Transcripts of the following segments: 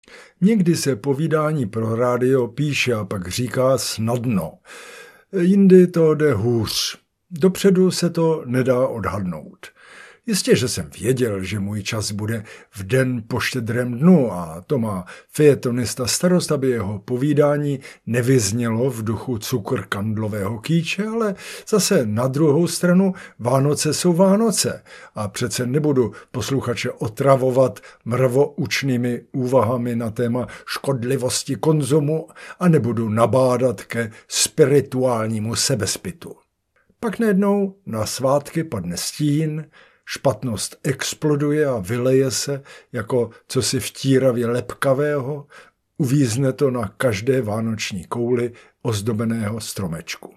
Někdy se povídání pro rádio píše a pak říká snadno. Jindy to jde hůř. Dopředu se to nedá odhadnout. Jistě, že jsem věděl, že můj čas bude v den po Štědrém dnu a to má fejetonista starost, aby jeho povídání nevyznělo v duchu cukrkandlového kýče, ale zase na druhou stranu Vánoce jsou Vánoce a přece nebudu posluchače otravovat mravoučnými úvahami na téma škodlivosti konzumu a nebudu nabádat ke spirituálnímu sebezpitu. Pak najednou na svátky padne stín, špatnost exploduje a vyleje se jako cosi vtíravě lepkavého, uvízne to na každé vánoční kouli ozdobeného stromečku.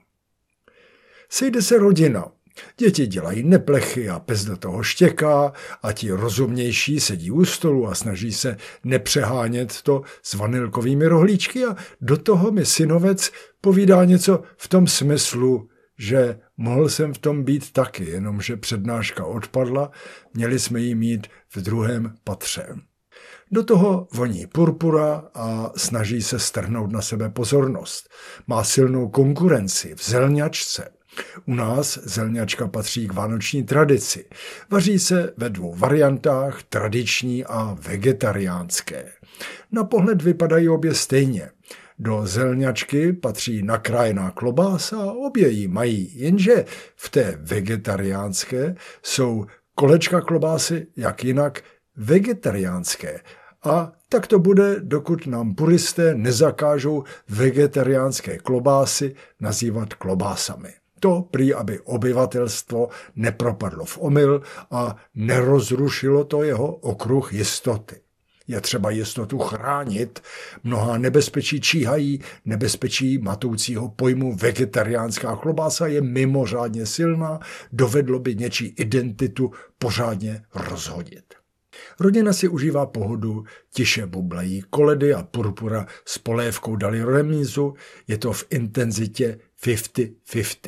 Sejde se rodina. Děti dělají neplechy a pes do toho štěká a ti rozumnější sedí u stolu a snaží se nepřehánět to s vanilkovými rohlíčky a do toho mi synovec povídá něco v tom smyslu, že mohl jsem v tom být taky, jenomže přednáška odpadla, měli jsme ji mít v druhém patře. Do toho voní purpura a snaží se strhnout na sebe pozornost. Má silnou konkurenci v zelňačce. U nás zelňačka patří k vánoční tradici. Vaří se ve dvou variantách, tradiční a vegetariánské. Na pohled vypadají obě stejně. Do zelňačky patří nakrájená klobása a obě ji mají, jenže v té vegetariánské jsou kolečka klobásy jak jinak vegetariánské. A tak to bude, dokud nám puristé nezakážou vegetariánské klobásy nazývat klobásami. To prý, aby obyvatelstvo nepropadlo v omyl a nerozrušilo to jeho okruh jistoty. Je třeba jistotu chránit, mnohá nebezpečí číhají, nebezpečí matoucího pojmu vegetariánská klobása je mimořádně silná, dovedlo by něčí identitu pořádně rozhodit. Rodina si užívá pohodu, tiše bublají koledy a purpura s polévkou dali remízu, je to v intenzitě 50-50.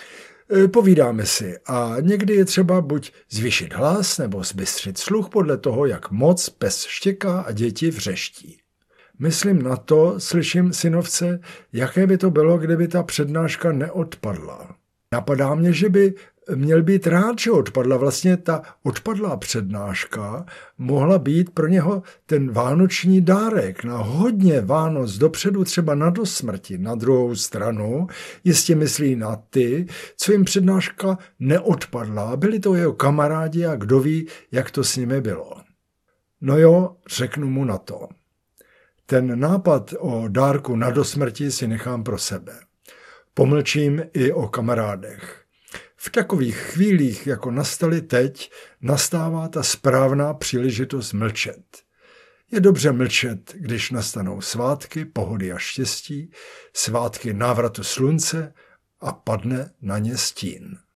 Povídáme si a někdy je třeba buď zvýšit hlas nebo zbystřit sluch podle toho, jak moc pes štěká a děti vřeští. Myslím na to, slyším synovce, jaké by to bylo, kdyby ta přednáška neodpadla. Napadá mě, že by měl být rád, že odpadla. Vlastně ta odpadlá přednáška mohla být pro něho ten vánoční dárek na hodně Vánoc dopředu, třeba na dosmrti. Na druhou stranu jistě myslí na ty, co jim přednáška neodpadla. Byli to jeho kamarádi a kdo ví, jak to s nimi bylo. No jo, řeknu mu na to. Ten nápad o dárku na dosmrti si nechám pro sebe. Pomlčím i o kamarádech. V takových chvílích, jako nastaly teď, nastává ta správná příležitost mlčet. Je dobře mlčet, když nastanou svátky, pohody a štěstí, svátky návratu slunce a padne na ně stín.